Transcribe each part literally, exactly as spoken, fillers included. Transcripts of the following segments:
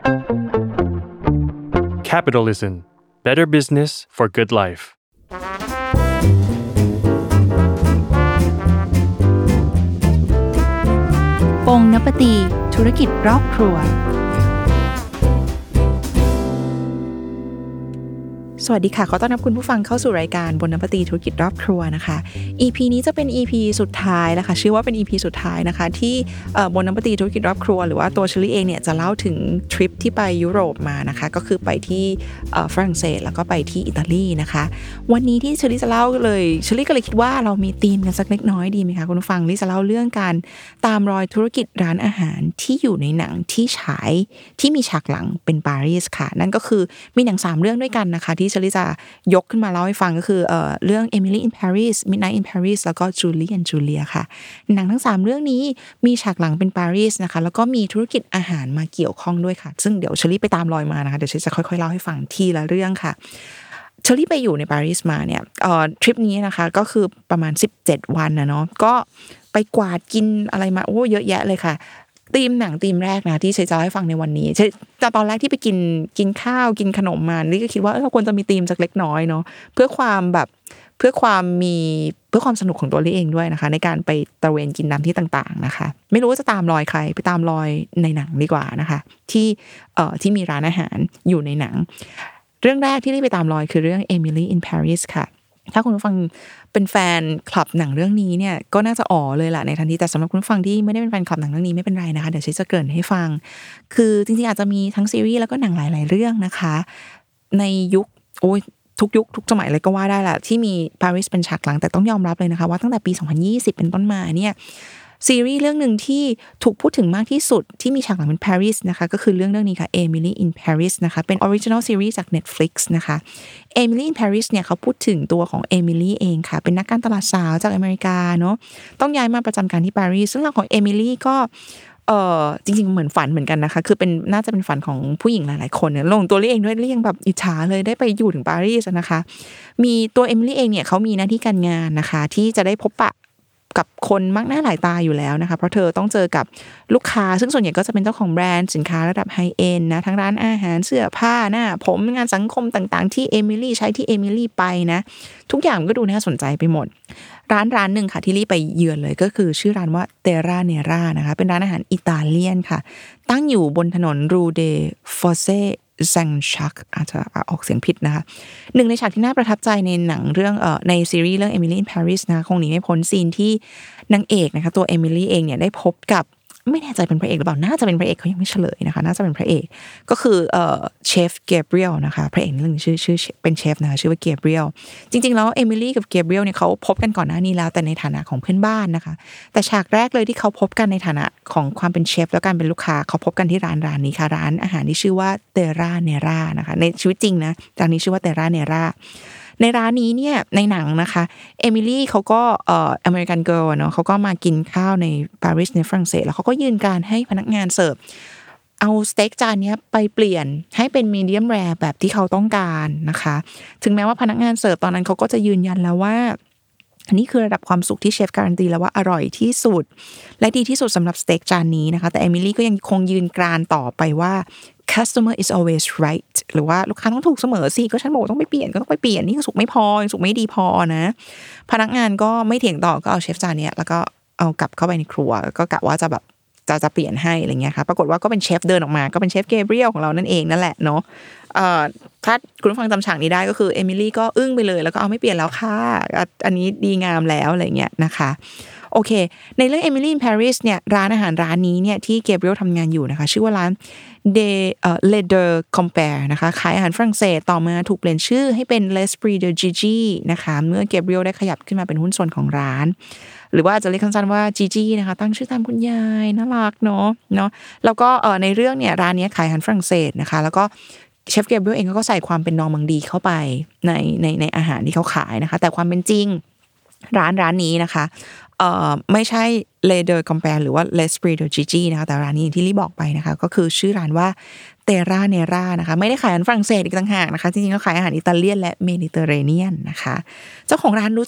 Capitalism. Better business for good life. ปงนปตีธุรกิจรอบครัวสวัสดีค่ะขอต้อนรับคุณผู้ฟังเข้าสู่รายการบนนปตีธุรกิจรอบครัวนะคะ อี พี นี้จะเป็น อี พี สุดท้ายแล้วค่ะชื่อว่าเป็น อี พี สุดท้ายนะคะที่เอ่อบนนปตีธุรกิจรอบครัวหรือว่าตัวเชอรี่เองเนี่ยจะเล่าถึงทริปที่ไปยุโรปมานะคะก็คือไปที่เอ่อฝรั่งเศสแล้วก็ไปที่อิตาลีนะคะวันนี้ที่เชอรี่จะเล่าเลยเชอรี่ก็เลยคิดว่าเรามีธีมกันสักเล็กน้อยดีไหมคะคุณผู้ฟังลี่จะเล่าเรื่องการตามรอยธุรกิจร้านอาหารที่อยู่ในหนังที่ฉายที่มีฉากหลังเป็นปารีสค่ะนั่นก็คือมีหนังสามเรื่องด้วยกันนะคะที่เชอรี่จะยกขึ้นมาเล่าให้ฟังก็คือเอ่อเรื่อง Emily in Paris Midnight in Paris แล้วก็ Julie and Julia ค่ะหนังทั้งสามเรื่องนี้มีฉากหลังเป็นปารีสนะคะแล้วก็มีธุรกิจอาหารมาเกี่ยวข้องด้วยค่ะซึ่งเดี๋ยวเชอรี่ไปตามรอยมานะคะเดี๋ยวเชอรี่จะค่อยๆเล่าให้ฟังทีละเรื่องค่ะเชอรี่ไปอยู่ในปารีสมาเนี่ยเอ่อทริปนี้นะคะก็คือประมาณสิบเจ็ดวันนะเนาะก็ไปกวาดกินอะไรมาโอ้เยอะแยะเลยค่ะธีมหนังธีมแรกนะที่เชยจะให้ฟังในวันนี้เชยตอนแรกที่ไปกินกินข้าวกินขนมมานี่ก็คิดว่าเราควรจะมีธีมสักเล็กน้อยเนาะเพื่อความแบบเพื่อความมีเพื่อความสนุกของตัวลี่เองด้วยนะคะในการไปตระเวนกินตามที่ต่างๆนะคะไม่รู้ว่าจะตามรอยใครไปตามรอยในหนังดีกว่านะคะที่เอ่อที่มีร้านอาหารอยู่ในหนังเรื่องแรกที่ลี่ไปตามรอยคือเรื่อง Emily in Paris ค่ะถ้าคุณผู้ฟังเป็นแฟนคลับหนังเรื่องนี้เนี่ยก็น่าจะอ๋อเลยแหละในทันทีแต่สำหรับคุณผู้ฟังที่ไม่ได้เป็นแฟนคลับหนังเรื่องนี้ไม่เป็นไรนะคะเดี๋ยวฉันจะเกริ่นให้ฟังคือจริงๆอาจจะมีทั้งซีรีส์แล้วก็หนังหลายๆเรื่องนะคะในยุคโอ้ยทุกยุคทุกสมัยเลยก็ว่าได้แหละที่มีปารีสเป็นฉากหลังแต่ต้องยอมรับเลยนะคะว่าตั้งแต่ปีสองพันยี่สิบเป็นต้นมาเนี่ยซีรีส์เรื่องนึงที่ถูกพูดถึงมากที่สุดที่มีฉากหลังเป็นปารีสนะคะก็คือเรื่องเรื่องนี้ค่ะ Emily in Paris นะคะเป็น Original Series จาก Netflix นะคะ Emily in Paris เนี่ยเขาพูดถึงตัวของ Emily เองค่ะเป็นนักการตลาดสาวจากอเมริกาเนาะต้องย้ายมาประจำการที่ปารีสซึ่งเรื่องของ Emily ก็เอ่อจริงๆเหมือนฝันเหมือนกันนะคะคือเป็นน่าจะเป็นฝันของผู้หญิงหลายๆคนเนี่ยลงตัวลี่เองด้วยลี่ยังแบบอิจฉาเลยได้ไปอยู่ถึงปารีสนะคะมีตัว Emily เองเนี่ยเขามีหน้าที่การงานนะคะที่จะได้พบปะกับคนมากหน้าหลายตาอยู่แล้วนะคะเพราะเธอต้องเจอกับลูกค้าซึ่งส่วนใหญ่ก็จะเป็นเจ้าของแบรนด์สินค้าระดับไฮเอนด์นะทั้งร้านอาหารเสื้อผ้าหน้าผมงานสังคมต่างๆที่เอมิลี่ใช้ที่เอมิลี่ไปนะทุกอย่างก็ดูน่าสนใจไปหมดร้านร้านหนึ่งค่ะที่ลี่ไปเยือนเลยก็คือชื่อร้านว่าเตราเนรานะคะเป็นร้านอาหารอิตาเลียนค่ะตั้งอยู่บนถนนรูเดฟอเซแซงชักอาจจะออกเสียงผิดนะคะหนึ่งในฉากที่น่าประทับใจในหนังเรื่องเอ่อในซีรีส์เรื่อง Emily in Paris นะคงหนีไม่พ้นซีนที่นางเอกนะคะตัว Emily เองเนี่ยได้พบกับไม่แน่ใจเป็นพระเอกหรือเปล่าน่าจะเป็นพระเอกเขายังไม่เฉลยนะคะน่าจะเป็นพระเอกก็คือเอ่อเชฟเกเบรียลนะคะพระเอกเรื่องนี้ชื่อชื่อเป็นเชฟนะคะชื่อว่าเกเบรียลจริงๆแล้วเอมิลี่กับเกเบรียลเนี่ยเขาพบกันก่อนหน้านี้แล้วแต่ในฐานะของเพื่อนบ้านนะคะแต่ฉากแรกเลยที่เขาพบกันในฐานะของความเป็นเชฟแล้วการเป็นลูกค้าเขาพบกันที่ร้านร้านนี้ค่ะร้านอาหารที่ชื่อว่าเตราเนรานะคะในชีวิตจริงนะร้านนี้ชื่อว่าเตราเนราในร้านนี้เนี่ยในหนังนะคะเอมิลี่เขาก็เอ่ออเมริกันเกิร์ลเนาะเขาก็มากินข้าวในปารีสในฝรั่งเศสแล้วเขาก็ยืนการให้พนักงานเสิร์ฟเอาสเต็กจานนี้ไปเปลี่ยนให้เป็นมีเดียมแรร์แบบที่เขาต้องการนะคะถึงแม้ว่าพนักงานเสิร์ฟตอนนั้นเขาก็จะยืนยันแล้วว่าอันนี้คือระดับความสุขที่เชฟการันตีแล้วว่าอร่อยที่สุดและดีที่สุดสำหรับสเต็กจานนี้นะคะแต่เอมิลี่ก็ยังคงยืนกรานต่อไปว่า customer is always right หรือว่าลูกค้าต้องถูกเสมอสิก็ฉันบอกต้องไปเปลี่ยนก็ต้องไปเปลี่ยนนี่สุกไม่พอสุกไม่ดีพอนะพนักงานก็ไม่เถียงต่อก็เอาเชฟจานนี้แล้วก็เอากลับเข้าไปในครัวก็กะว่าจะแบบจะจะเปลี่ยนให้อะไรเงี้ยค่ะปรากฏว่าก็เป็นเชฟเดินออกมาก็เป็นเชฟเกเบรียลของเรานั่นเองนั่นแหละเนาะเอ่อถ้าคุณผู้ฟังจำฉากนี้ได้ก็คือเอมิลี่ก็อึ้งไปเลยแล้วก็เอาไม่เปลี่ยนแล้วค่ะอันนี้ดีงามแล้วอะไรเงี้ยนะคะโอเคในเรื่อง Emily in Paris เนี่ยร้านอาหารร้านนี้เนี่ยที่เกเบรียลทำงานอยู่นะคะชื่อว่าร้าน De เอ่อ Le Deux Compères นะคะขายอาหารฝรั่งเศสต่อมาถูกเปลี่ยนชื่อให้เป็น L'Esprit de Gigi นะคะเมื่อเกเบรียลได้ขยับขึ้นมาเป็นหุ้นส่วนของร้านหรือว่าจะเรียกสั้นๆว่า Gigi นะคะตั้งชื่อตามคุณยายน่ารักเนาะเนาะแล้วก็เอ่อในเรื่องเนี่ยร้านนี้ขายอาหารฝรั่งเศสนะคะแล้วก็เชฟเกเบรียลเองก็ใส่ความเป็นนอร์มังดีเข้าไปในในในอาหารที่เขาขายนะคะแต่ความเป็นจริงร้านร้านนี้นะคะเอ่อไม่ใช่ Le Deux Compères หรือว่า L'Esprit de Gigi นะคะแต่ร้านนี้อย่างที่ลี่บอกไปนะคะก็คือชื่อร้านว่า Terra Nera นะคะไม่ได้ขายอาหารฝรั่งเศสอีกต่างหากนะคะจริงๆก็ขายอาหารอิตาเลียนและเมดิเตอร์เรเนียนนะคะเจ้าของร้านรู้จัก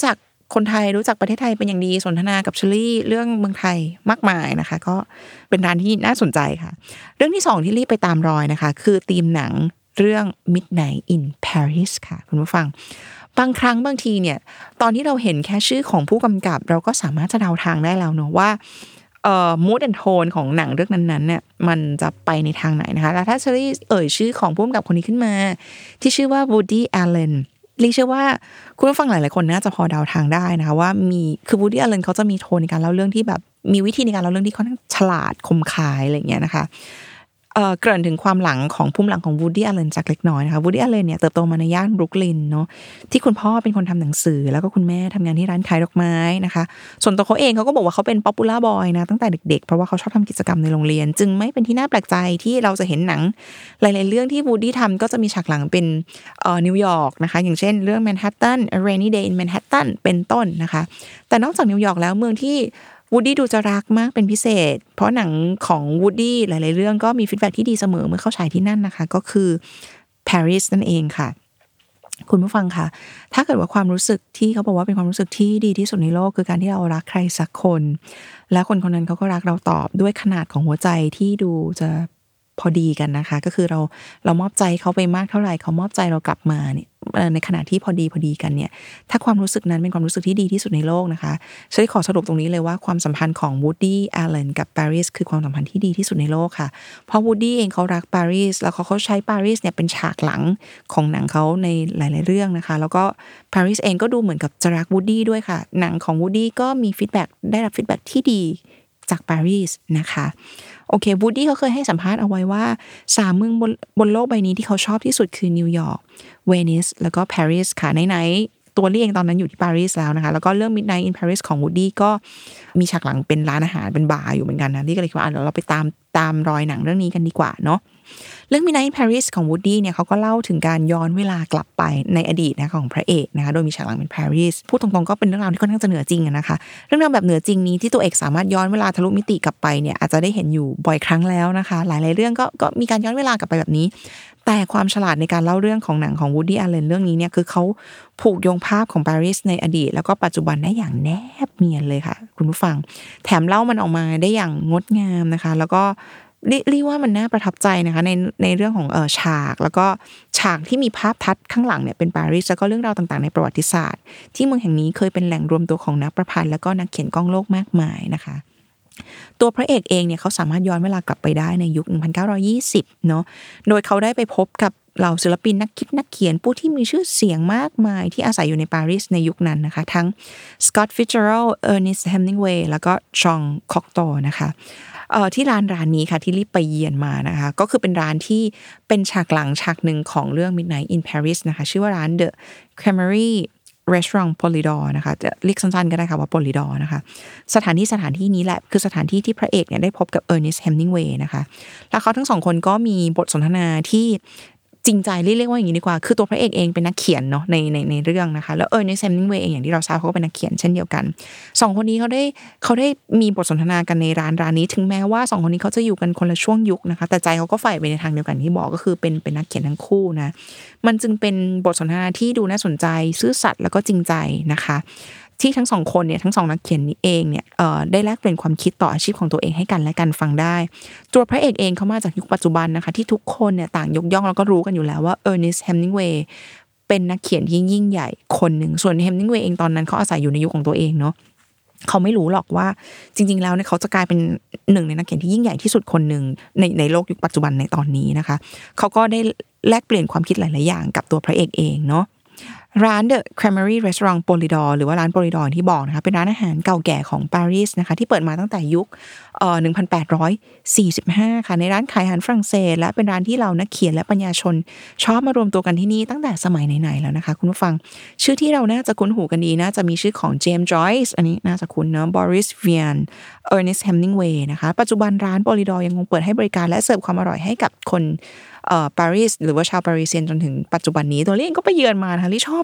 คนไทยรู้จักประเทศไทยเป็นอย่างดีสนทนากับเชอรี่เรื่องเมืองไทยมากมายนะคะก็เป็นร้านที่น่าสนใจค่ะเรื่องที่สองที่รีบไปตามรอยนะคะคือธีมหนังเรื่อง Midnight in Paris ค่ะคุณผู้ฟังบางครั้งบางทีเนี่ยตอนที่เราเห็นแค่ชื่อของผู้กำกับเราก็สามารถจะเดาทางได้แล้วเนอะว่าเอ่อ mood and tone ของหนังเรื่องนั้นๆเนี่ยมันจะไปในทางไหนนะคะแล้วถ้าเชอรี่เอ่ยชื่อของผู้กำกับคนนี้ขึ้นมาที่ชื่อว่า Woody Allenลีเชื่อว่าคุณผู้ฟังหลายๆคนน่าจะพอเดาทางได้นะคะว่ามีคือ Woody Allen เขาจะมีโทนในการเล่าเรื่องที่แบบมีวิธีในการเล่าเรื่องที่ค่อนข้างฉลาดคมคายอะไรอย่างเงี้ยนะคะเอ่อเกริ่นถึงความหลังของภูมิหลังของ Woody Allen สักเล็กน้อยนะคะ Woody Allen เนี่ยเติบโตมาในย่านบรุกลินเนาะที่คุณพ่อเป็นคนทำหนังสือแล้วก็คุณแม่ทำงานที่ร้านขายดอกไม้นะคะส่วนตัวเขาเองเขาก็บอกว่าเขาเป็น popular boy นะตั้งแต่เด็กๆเพราะว่าเขาชอบทำกิจกรรมในโรงเรียนจึงไม่เป็นที่น่าแปลกใจที่เราจะเห็นหนังหลายๆเรื่องที่ Woody ทำก็จะมีฉากหลังเป็นเอ่อนิวยอร์กนะคะอย่างเช่นเรื่อง Manhattan A Rainy Day in Manhattan เป็นต้นนะคะแต่นอกจากนิวยอร์กแล้วเมืองที่วูดดี้ดูจะรักมากเป็นพิเศษเพราะหนังของวูดดี้หลายๆเรื่องก็มีฟีดแบ็กที่ดีเสมอเมื่อเข้าฉายที่นั่นนะคะก็คือปารีสนั่นเองค่ะคุณผู้ฟังค่ะถ้าเกิดว่าความรู้สึกที่เขาบอกว่าเป็นความรู้สึกที่ดีที่สุดในโลกคือการที่เรารักใครสักคนและคนคนนั้นเขาก็รักเราตอบด้วยขนาดของหัวใจที่ดูจะพอดีกันนะคะก็คือเราเรามอบใจเขาไปมากเท่าไหร่เขามอบใจเรากลับมาเนี่ยในขณะที่พอดีพอดีกันเนี่ยถ้าความรู้สึกนั้นเป็นความรู้สึกที่ดีที่สุดในโลกนะคะฉันขอสรุปตรงนี้เลยว่าความสัมพันธ์ของ Woody Allen กับปารีสคือความสัมพันธ์ที่ดีที่สุดในโลกค่ะเพราะ Woody เองเขารักปารีสแล้วเขาเขาใช้ปารีสเนี่ยเป็นฉากหลังของหนังเขาในหลายๆเรื่องนะคะแล้วก็ปารีสเองก็ดูเหมือนกับจะรัก Woody ด้วยค่ะหนังของ Woody ก็มีฟีดแบ็กได้รับฟีดแบ็กที่ดีจากปารีสนะคะโอเควูดดี้เขาเคยให้สัมภาษณ์เอาไว้ว่าสามเมืองบนบนโลกใบนี้ที่เขาชอบที่สุดคือนิวยอร์กเวนิสแล้วก็ปารีสค่ะไหนๆตัวลี่เองตอนนั้นอยู่ที่ปารีสแล้วนะคะแล้วก็เรื่อง Midnight in Paris ของวูดดี้ก็มีฉากหลังเป็นร้านอาหารเป็นบาร์อยู่เหมือนกันนะที่ก็เลยคิดว่าอ่ะเดี๋ยวเราไปตามตามรอยหนังเรื่องนี้กันดีกว่าเนาะเรื่อง Midnight in Paris ของ Woody เนี่ยเขาก็เล่าถึงการย้อนเวลากลับไปในอดีตนะของพระเอกนะคะโดยมีฉากหลังเป็นปารีสพูดตรงๆก็เป็นเรื่องราวที่ค่อนข้างจะเหนือจริงนะคะเรื่องราวแบบเหนือจริงนี้ที่ตัวเอกสามารถย้อนเวลาทะลุมิติกลับไปเนี่ยอาจจะได้เห็นอยู่บ่อยครั้งแล้วนะคะหลายๆเรื่องก็ก็มีการย้อนเวลากลับไปแบบนี้แต่ความฉลาดในการเล่าเรื่องของหนังของ Woody Allen เรื่องนี้เนี่ยคือเขาผูกโยงภาพของปารีสในอดีตแล้วก็ปัจจุบันได้อย่างแนบเนียนเลยค่ะคุณผู้ฟังแถมเล่ามันออกมาได้อย่างงดงามนะคะแล้วก็เรียกว่ามันน่าประทับใจนะคะในในเรื่องของเอ่อฉากแล้วก็ฉากที่มีภาพทัดข้างหลังเนี่ยเป็นปารีสแล้วก็เรื่องราวต่างๆในประวัติศาสตร์ที่เมืองแห่งนี้เคยเป็นแหล่งรวมตัวของนักประพันธ์แล้วก็นักเขียนก้องโลกมากมายนะคะตัวพระเอกเองเนี่ยเขาสามารถย้อนเวลากลับไปได้ในยุคหนึ่งพันเก้าร้อยยี่สิบเนาะโดยเขาได้ไปพบกับเหล่าศิลปินนักคิดนักเขียนผู้ที่มีชื่อเสียงมากมายที่อาศัยอยู่ในปารีสในยุคนั้นนะคะทั้ง Scott Fitzgerald Ernest Hemingway แล้วก็ Jean Cocteau นะคะเอ่อที่ร้านร้านนี้ค่ะที่รีบไปเยือนมานะคะก็คือเป็นร้านที่เป็นฉากหลังฉากหนึ่งของเรื่อง Midnight in Paris นะคะชื่อว่าร้าน The Creamery Restaurant Polydor นะคะจะเรียกสั้นๆก็ได้ค่ะว่า Polydor นะคะสถานที่สถานที่นี้แหละคือสถานที่ที่พระเอกเนี่ยได้พบกับ Ernest Hemingway นะคะแล้วเขาทั้งสองคนก็มีบทสนทนาที่จริงใจเรียกว่าอย่างนี้ดีกว่าคือตัวพระเอกเองเป็นนักเขียนเนาะในในในเรื่องนะคะแล้วเออในแซมนิงเวย์เองอย่างที่เราทราบเขาก็เป็นนักเขียนเช่นเดียวกันสองคนนี้เขาได้เขาได้มีบทสนทนากันในร้านร้านนี้ถึงแม้ว่าสองคนนี้เขาจะอยู่กันคนละช่วงยุคนะคะแต่ใจเขาก็ใฝ่ไปในทางเดียวกันที่บอกก็คือเป็นเป็นนักเขียนทั้งคู่นะมันจึงเป็นบทสนทนาที่ดูน่าสนใจซื่อสัตย์แล้วก็จริงใจนะคะที่ทั้งสองคนเนี่ยทั้งสองนักเขียนนี้เองเนี่ยเอ่อได้แลกเปลี่ยนความคิดต่ออาชีพของตัวเองให้กันและกันฟังได้ตัวพระเอกเองเขามาจากยุคปัจจุบันนะคะที่ทุกคนเนี่ยต่างยกย่องแล้วก็รู้กันอยู่แล้วว่าเออร์เนสต์ เฮมนิงเวย์เป็นนักเขียนที่ยิ่งใหญ่คนหนึ่งส่วนเฮมนิงเวย์เองตอนนั้นเขาอาศัยอยู่ในยุคของตัวเองเนาะเขาไม่รู้หรอกว่าจริงๆแล้วเนี่ยเขาจะกลายเป็นหนึ่งในนักเขียนที่ยิ่งใหญ่ที่สุดคนหนึ่งในในโลกยุคปัจจุบันในตอนนี้นะคะเขาก็ได้แลกเปลี่ยนความคิดหลายๆอย่างกับตัวพระเอกเองเนาะร้าน The Creamery Restaurant Polydor หรือว่าร้าน Polydor ที่บอกนะคะเป็นร้านอาหารเก่าแก่ของปารีสนะคะที่เปิดมาตั้งแต่ยุคเอ่อหนึ่งพันแปดร้อยสี่สิบห้าค่ะในร้านขายอาหารฝรั่งเศสและเป็นร้านที่เรานักเขียนและปัญญาชนชอบมารวมตัวกันที่นี่ตั้งแต่สมัยไหนๆแล้วนะคะคุณผู้ฟังชื่อที่เราน่าจะคุ้นหูกันดีน่าจะมีชื่อของเจมส์จอยส์อันนี้น่าจะคุ้นเนาะบอริสเวียนเออร์เนสต์ เฮมนิงเวย์นะคะปัจจุบันร้าน Polydor ยังคงเปิดให้บริการและเสิร์ฟความอร่อยให้กับคนเอ่อปารีสหรือว่าชาวปารีเซียนจนถึงปัจจุบันนี้ตัวเองก็ไปเยือนมานะคะที่ชอบ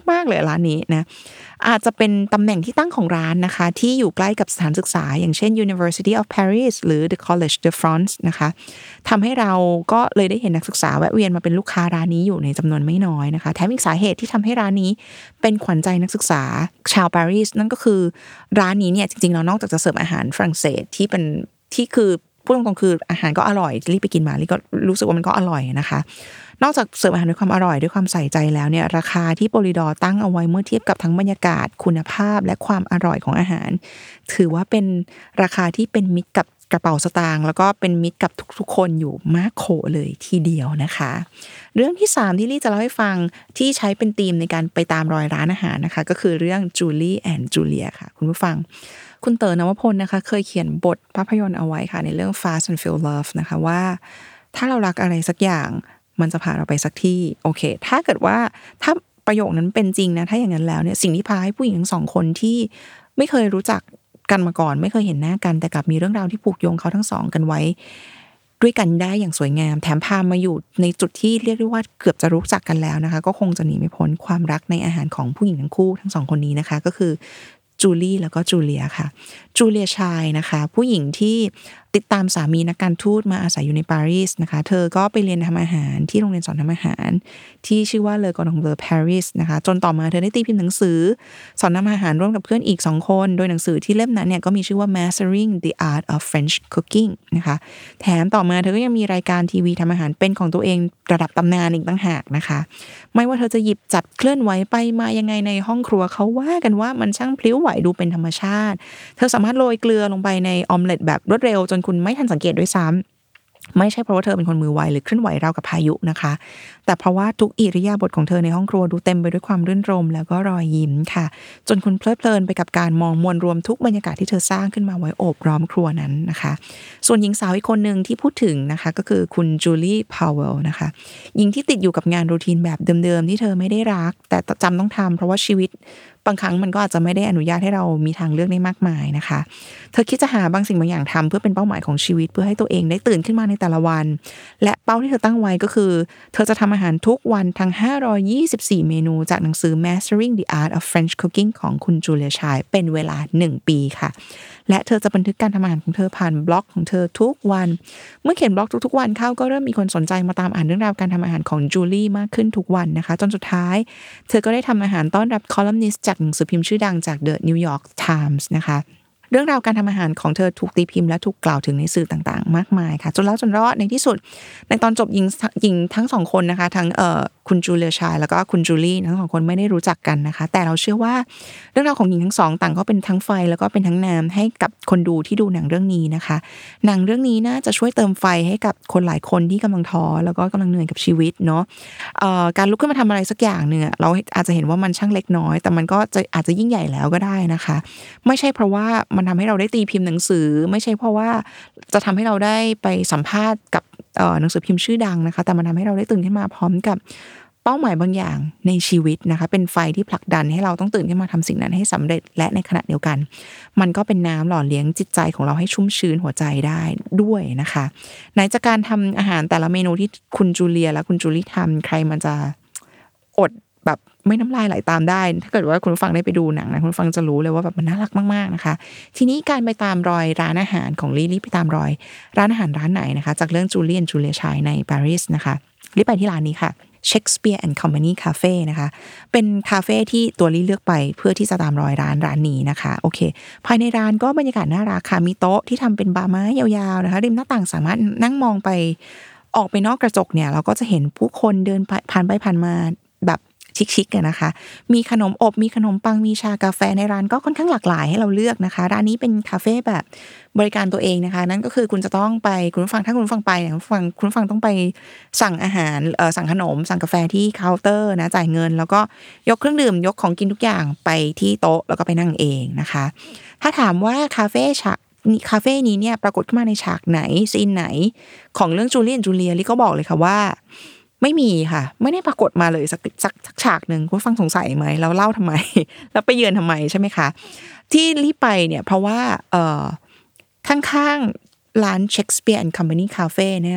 มากๆเลยร้านนี้นะอาจจะเป็นตำแหน่งที่ตั้งของร้านนะคะที่อยู่ใกล้กับสถานศึกษาอย่างเช่น University of Paris หรือ The Collège de France นะคะทำให้เราก็เลยได้เห็นนักศึกษาแวะเวียนมาเป็นลูกค้าร้านนี้อยู่ในจำนวนไม่น้อยนะคะแถมอีกสาเหตุที่ทำให้ร้านนี้เป็นขวัญใจนักศึกษาชาวปารีสนั่นก็คือร้านนี้เนี่ยจริงๆแล้วนอกจากจะเสิร์ฟอาหารฝรั่งเศสที่เป็นที่คือพูดตรงๆคืออาหารก็อร่อยรีบไปกินมารีก็รู้สึกว่ามันก็อร่อยนะคะนอกจากเสิร์ฟอาหารด้วยความอร่อยด้วยความใส่ใจแล้วเนี่ยราคาที่โปลิดอร์ตั้งเอาไว้เมื่อเทียบกับทั้งบรรยากาศคุณภาพและความอร่อยของอาหารถือว่าเป็นราคาที่เป็นมิตรกับกระเป๋าสตางค์แล้วก็เป็นมิตรกับทุกๆคนอยู่มากโขเลยทีเดียวนะคะเรื่องที่สามที่ลี่จะเล่าให้ฟังที่ใช้เป็นธีมในการไปตามรอยร้านอาหารนะคะก็คือเรื่อง Julie and Julia ค่ะคุณผู้ฟังคุณเต๋อนวพลนะคะเคยเขียนบทภาพยนตร์เอาไว้ค่ะในเรื่อง Fast and Feel Love นะคะว่าถ้าเรารักอะไรสักอย่างมันจะพาเราไปสักที่โอเคถ้าเกิดว่าถ้าประโยคนั้นเป็นจริงนะถ้าอย่างนั้นแล้วเนี่ยสิ่งที่พาให้ผู้หญิงทั้งสองคนที่ไม่เคยรู้จักกันมาก่อนไม่เคยเห็นหน้ากันแต่กลับมีเรื่องราวที่ผูกโยงเขาทั้งสองกันไว้ด้วยกันได้อย่างสวยงามแถมพามาอยู่ในจุดที่เรียกได้ว่าเกือบจะรู้จักกันแล้วนะคะก็คงจะหนีไม่พ้นความรักในอาหารของผู้หญิงทั้งคู่ทั้งสองคนนี้นะคะก็คือจูลี่แล้วก็จูเลียค่ะจูเลียชายนะคะผู้หญิงที่ติดตามสามีนักการทูตมาอาศัยอยู่ในปารีสนะคะเธอก็ไปเรียนทำอาหารที่โรงเรียนสอนทำอาหารที่ชื่อว่าเลอกอร์ดองเบลปารีสนะคะจนต่อมาเธอได้ตีพิมพ์หนังสือสอนทำอาหารร่วมกับเพื่อนอีกสองคนโดยหนังสือที่เล่มนั้นเนี่ยก็มีชื่อว่า Mastering the Art of French Cooking นะคะแถมต่อมาเธอก็ยังมีรายการทีวีทำอาหารเป็นของตัวเองระดับตำนานอีกต่างหากนะคะไม่ว่าเธอจะหยิบจับเคลื่อนไหวไปมายังไงในห้องครัวเขาว่ากันว่ามันช่างพลิ้วไหวดูเป็นธรรมชาติเธอสามารถโรยเกลือลงไปในออมเล็ตแบบรวดเร็วจนคุณไม่ทันสังเกตด้วยซ้ำไม่ใช่เพราะว่าเธอเป็นคนมือไวหรือเคลื่อนไหวราวกับพายุนะคะแต่เพราะว่าทุกอิริยาบถของเธอในห้องครัวดูเต็มไปด้วยความรื่นรมแล้วก็รอยยิ้มค่ะจนคุณเพลิดเพลินไปกับการมองมวลรวมทุกบรรยากาศที่เธอสร้างขึ้นมาไว้โอบล้อมครัวนั้นนะคะส่วนหญิงสาวอีกคนนึงที่พูดถึงนะคะก็คือคุณจูลี่พาวเวลนะคะหญิงที่ติดอยู่กับงานรูทีนแบบเดิมๆที่เธอไม่ได้รักแต่จำต้องทำเพราะว่าชีวิตบางครั้งมันก็อาจจะไม่ได้อนุญาตให้เรามีทางเลือกได้มากมายนะคะเธอคิดจะหาบางสิ่งบางอย่างทำเพื่อเป็นเป้าหมายของชีวิตเพื่อให้ตัวเองได้ตื่นขึ้นมาในแต่ละวันและเป้าที่เธอตั้งไว้ก็คือเธอจะทำอาหารทุกวันทั้งห้าร้อยยี่สิบสี่เมนูจากหนังสือ Mastering the Art of French Cooking ของคุณจูเลียชายเป็นเวลาหนึ่งปีค่ะและเธอจะบันทึกการทำอาหารของเธอผ่านบล็อกของเธอทุกวันเมื่อเขียนบล็อกทุกๆวันเข้าก็เริ่มมีคนสนใจมาตามอ่านเรื่องราวการทำอาหารของจูลี่มากขึ้นทุกวันนะคะจนสุดท้ายเธอก็ได้ทำอาหารต้อนรับคอลัมนิสต์จากหนังสือพิมพ์ชื่อดังจาก The New York Times นะคะเรื่องราวการทำอาหารของเธอถูกตีพิมพ์และถูกกล่าวถึงในสื่อต่างๆมากมายค่ะจนแล้วจนรอดในที่สุดในตอนจบหญิงหญิงทั้งสองคนนะคะทั้งเอ่อคุณจูเลียชายแล้วก็คุณจูลี่ทั้งสองคนไม่ได้รู้จักกันนะคะแต่เราเชื่อว่าเรื่องราวของหญิงทั้งสองต่างก็เป็นทั้งไฟแล้วก็เป็นทั้งน้ำให้กับคนดูที่ดูหนังเรื่องนี้นะคะหนังเรื่องนี้น่าจะช่วยเติมไฟให้กับคนหลายคนที่กำลังท้อแล้วก็กำลังเหนื่อยกับชีวิตเนาะเอ่อการลุกขึ้นมาทำอะไรสักอย่างนึงเราอาจจะเห็นว่ามันช่างเล็กน้อยแต่มันก็จะอาจจะยิ่งใหญ่แล้วก็ได้นะคะไม่ใช่เพราะว่ามันทำให้เราได้ตีพิมพ์หนังสือไม่ใช่เพราะว่าจะทำให้เราได้ไปสัมภาษณ์กับเอ่อหนังสือพิมพ์ชื่อดังนะคะแต่มันทำให้เราได้ตื่นขึ้นมาพร้อมกับเป้าหมายบางอย่างในชีวิตนะคะเป็นไฟที่ผลักดันให้เราต้องตื่นขึ้นมาทำสิ่งนั้นให้สำเร็จและในขณะเดียวกันมันก็เป็นน้ำหล่อเลี้ยงจิตใจของเราให้ชุ่มชื้นหัวใจได้ด้วยนะคะไหนจากการทำอาหารแต่ละเมนูที่คุณจูเลียและคุณจูลี่ทำใครมันจะอดแบบไม่น้ำลายไหลตามได้ถ้าเกิดว่าคุณฟังได้ไปดูหนังนะคุณฟังจะรู้เลยว่าแบบมันน่ารักมากๆนะคะทีนี้การไปตามรอยร้านอาหารของลี่ลี่ไปตามรอยร้านอาหารร้านไหนนะคะจากเรื่องจูเลียนจูเลียชายในปารีสนะคะลี่ไปที่ร้านนี้ค่ะ Shakespeare and Company Cafe นะคะเป็นคาเฟ่ที่ตัวลี่เลือกไปเพื่อที่จะตามรอยร้านร้านนี้นะคะโอเคภายในร้านก็บรรยากาศน่ารักค่ะมีโต๊ะที่ทำเป็นบาร์ไม้ยาวๆนะคะริมหน้าต่างสามารถนั่งมองไปออกไปนอกกระจกเนี่ยเราก็จะเห็นผู้คนเดินผ่านไปผ่านมาแบบชิคๆกันนะคะมีขนมอบมีขนมปังมีชากาแฟในร้านก็ค่อนข้างหลากหลายให้เราเลือกนะคะร้านนี้เป็นคาเฟ่แบบบริการตัวเองนะคะนั่นก็คือคุณจะต้องไปคุณผู้ฟังถ้าคุณผู้ฟังไปเนี่ยคุณผู้ฟังคุณผู้ฟังต้องไปสั่งอาหารเอ่อสั่งขนมสั่งกาแฟที่เคาน์เตอร์นะจ่ายเงินแล้วก็ยกเครื่องดื่มยกของกินทุกอย่างไปที่โต๊ะแล้วก็ไปนั่งเองนะคะถ้าถามว่าคาเฟ่ฉากคาเฟ่นี้เนี่ยปรากฏขึ้นมาในฉากไหนซีนไหนของเรื่องจูเลียนจูเลียลี่ก็บอกเลยค่ะว่าไม่มีค่ะไม่ได้ปรากฏมาเลยสักสักฉากนึงคุณฟังสงสัยไหมแล้วเล่าทำไมแล้วไปเยือนทำไมใช่ไหมคะที่รีบไปเนี่ยเพราะว่าเอ่อข้างๆร้าน Shakespeare and Company Cafe เนี่ยนะคะ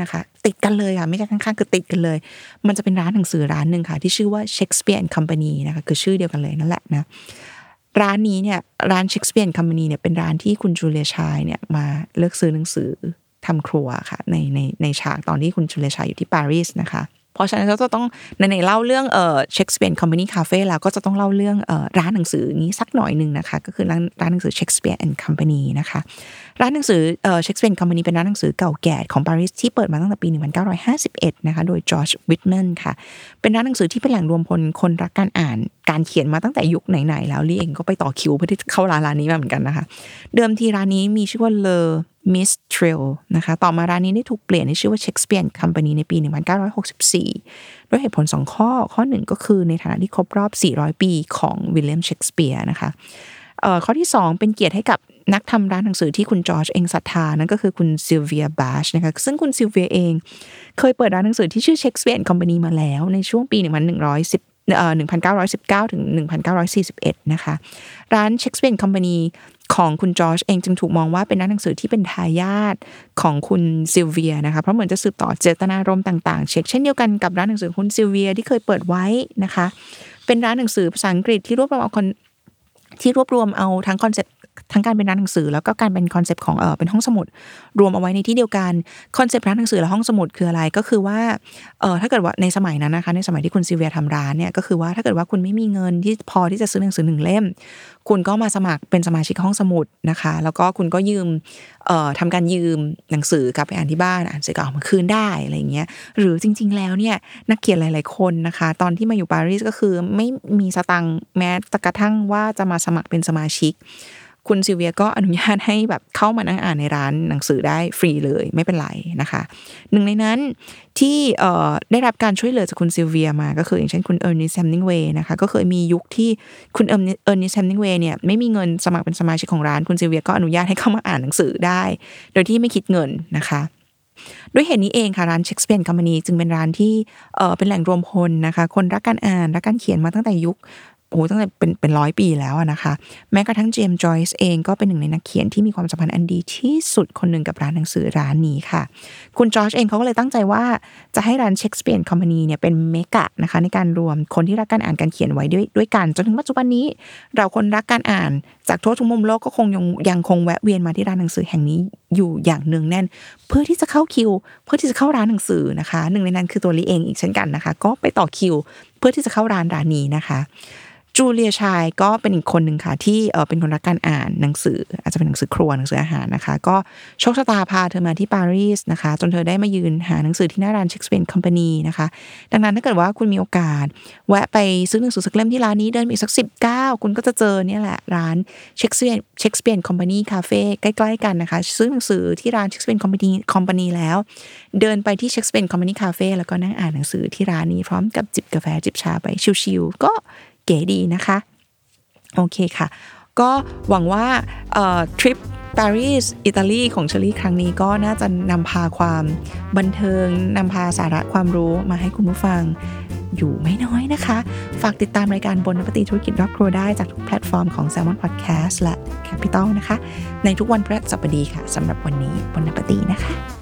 ติดกันเลยค่ะไม่ใช่ข้างๆคือติดกันเลยมันจะเป็นร้านหนังสือร้านนึงค่ะที่ชื่อว่า Shakespeare and Company นะคะคือชื่อเดียวกันเลยนั่นแหละนะร้านนี้เนี่ยร้าน Shakespeare and Company เนี่ยเป็นร้านที่คุณจูเลียชายเนี่ยมาเลือกซื้อหนังสือทำครัวค่ะในในในฉากตอนที่คุณจูเลียชายอยู่ที่ปารีสนะคะเพราะฉะนั้นก็จะต้องในๆเล่าเรื่องเอ่อ Shakespeare and Company Cafe แล้วก็จะต้องเล่าเรื่องเอ่อร้านหนังสือนี้สักหน่อยนึงนะคะก็คือร้านร้านหนังสือ Shakespeare and Company นะคะร้านหนังสือเอ่อ Shakespeare and Company เป็นร้านหนังสือเก่าแก่ของปารีสที่เปิดมาตั้งแต่ปีหนึ่งพันเก้าร้อยห้าสิบเอ็ดนะคะโดยจอร์จวิทแมนค่ะเป็นร้านหนังสือที่เป็นแหล่งรวมพลคนรักการอ่านการเขียนมาตั้งแต่ยุคไหนๆแล้วลี่เองก็ไปต่อคิวเพื่อที่จะเข้าร้านร้านนี้มาเหมือนกันนะคะเดิมทีร้านนี้มีชื่อว่า Le Mistral นะคะต่อมาร้านนี้ได้ถูกเปลี่ยนให้ชื่อว่า Shakespeare and Company ในปีหนึ่งพันเก้าร้อยหกสิบสี่ด้วยเหตุผลสองข้อข้อหนึ่งก็คือในฐานะที่ครบรอบสี่ร้อยปีของวิลเลียมเชกสเปียร์นะคะเอ่อข้อที่สองเป็นเกียรติให้กับนักทำร้านหนังสือที่คุณจอร์จเองศรัทธานั่นก็คือคุณซิลเวียบาชนะคะซึ่งคุณซิลเวียเองเคยเปิดร้านหนังสือที่ชื่อ Shakespeare and Company มาแล้วในช่วงปีหนึ่งพันหนึ่งร้อยสิบเอ่อหนึ่งพันเก้าร้อยสิบเก้าถึงหนึ่งพันเก้าร้อยสี่สิบเอ็ดนะคะร้าน Shakespeare and Company ของคุณจอร์จเองจึงถูกมองว่าเป็นร้านหนังสือที่เป็นทายาทของคุณซิลเวียนะคะเพราะเหมือนจะสืบต่อเจตนารมณ์ต่างๆเช่นเช่นเดียวกันกับร้านหนังสือคุณซิลเวียที่เคยเปิดไว้นะคะเป็นร้านหนังสือภาษาอังกฤษที่รวบรวมเอาคนที่รวบรวมเอาทั้งคอนเซ็ปต์ทั้งการเป็นร้านหนังสือแล้วก็การเป็นคอนเซ็ปต์ของเออเป็นห้องสมุดรวมเอาไว้ในที่เดียวกันคอนเซ็ปต์ร้านหนังสือและห้องสมุดคืออะไรก็คือว่าเออถ้าเกิดว่าในสมัยนั้นนะคะในสมัยที่คุณซิลเวียทำร้านเนี่ยก็คือว่าถ้าเกิดว่าคุณไม่มีเงินที่พอที่จะซื้อหนังสือหนึ่งเล่มคุณก็มาสมัครเป็นสมาชิกห้องสมุดนะคะแล้วก็คุณก็ยืมเอ่อทำการยืมหนังสือกลับไปอ่านที่บ้านอ่านเสร็จก็เอามาคืนได้อะไรอย่างเงี้ยหรือจริงๆแล้วเนี่ยนักเขียนหลายๆคนนะคะตอนที่มาอยู่ปารีสก็คือไม่มีสตังค์แม้กระทั่งว่าจะมาสมัครเป็นสมาชิกคุณซิลเวียก็อนุญาตให้แบบเข้ามานั่งอ่านในร้านหนังสือได้ฟรีเลยไม่เป็นไรนะคะหนึ่งในนั้นที่เอ่อได้รับการช่วยเหลือจากคุณซิลเวียมาก็คืออย่างเช่นคุณเออร์นิสต์ แฮมนิงเวย์นะคะก็เคยมียุคที่คุณเออร์นิสต์ แฮมนิงเวย์เนี่ยไม่มีเงินสมัครเป็นสมาชิกของร้านคุณซิลเวียก็อนุญาตให้เข้ามาอ่านหนังสือได้โดยที่ไม่คิดเงินนะคะด้วยเหตุนี้เองค่ะร้าน Shakespeare and Company จึงเป็นร้านที่เอ่อเป็นแหล่งรวมพลนะคะคนรักการอ่านรักการเขียนมาตั้งแต่ยุคโอ้ตั้งแต่เป็นเป็นร้อยปีแล้วนะคะแม้กระทั่งเจมส์จอยส์เองก็เป็นหนึ่งในนักเขียนที่มีความสัมพันธ์อันดีที่สุดคนหนึ่งกับร้านหนังสือร้านนี้ค่ะคุณจอร์จเองเขาก็เลยตั้งใจว่าจะให้ร้าน Shakespeare and Company เนี่ยเป็นเมกะนะคะในการรวมคนที่รักการอ่านการเขียนไว้ด้วยด้วยกันจนถึงปัจจุบันนี้เราคนรักการอ่านจากทั่วทุกมุมโลกก็คงยังยังคงแวะเวียนมาที่ร้านหนังสือแห่งนี้อยู่อย่างเนืองแน่นเพื่อที่จะเข้าคิวเพื่อที่จะเข้าร้านหนังสือนะคะหนึ่งในนั้นคือตัวลีเองอีกเช่นกันนะคะก็ไปต่อคิวเพื่อที่จะเข้าร้านร้านนี้นะคะจูเลียชายก็เป็นอีกคนหนึ่งค่ะที่เออเป็นคนรักการอ่านหนังสืออาจจะเป็นหนังสือครัวหนังสืออาหารนะคะก็โชคชะตาพาเธอมาที่ปารีสนะคะจนเธอได้มายืนหาหนังสือที่หน้าร้าน Shakespeare and Company นะคะดังนั้นถ้าเกิดว่าคุณมีโอกาสแวะไปซื้อหนังสือสักเล่มที่ร้านนี้เดินไปอีกสักสิบเก้าคุณก็จะเจอเนี่ยแหละร้าน Shakespeare Shakespeare and Company Cafe ใกล้ๆกันนะคะซื้อหนังสือที่ร้าน Shakespeare and Company Company แล้วเดินไปที่ Shakespeare and Company Cafe แล้วก็นั่งอ่านหนังสือที่ร้านนี้พร้อมกับจิบกาแฟจิบชาไปชิลๆก็เก๋ดีนะคะโอเคค่ะก็หวังว่าเอ่อทริปปารีสอิตาลีของเชอรี่ครั้งนี้ก็น่าจะนำพาความบันเทิงนำพาสาระความรู้มาให้คุณผู้ฟังอยู่ไม่น้อยนะคะฝากติดตามรายการบนนปฏิธุรกิจรอบครัวได้จากทุกแพลตฟอร์มของ Salmon Podcast และ Capital นะคะในทุกวันพฤหัสบดีค่ะสำหรับวันนี้บนนปฏินะคะ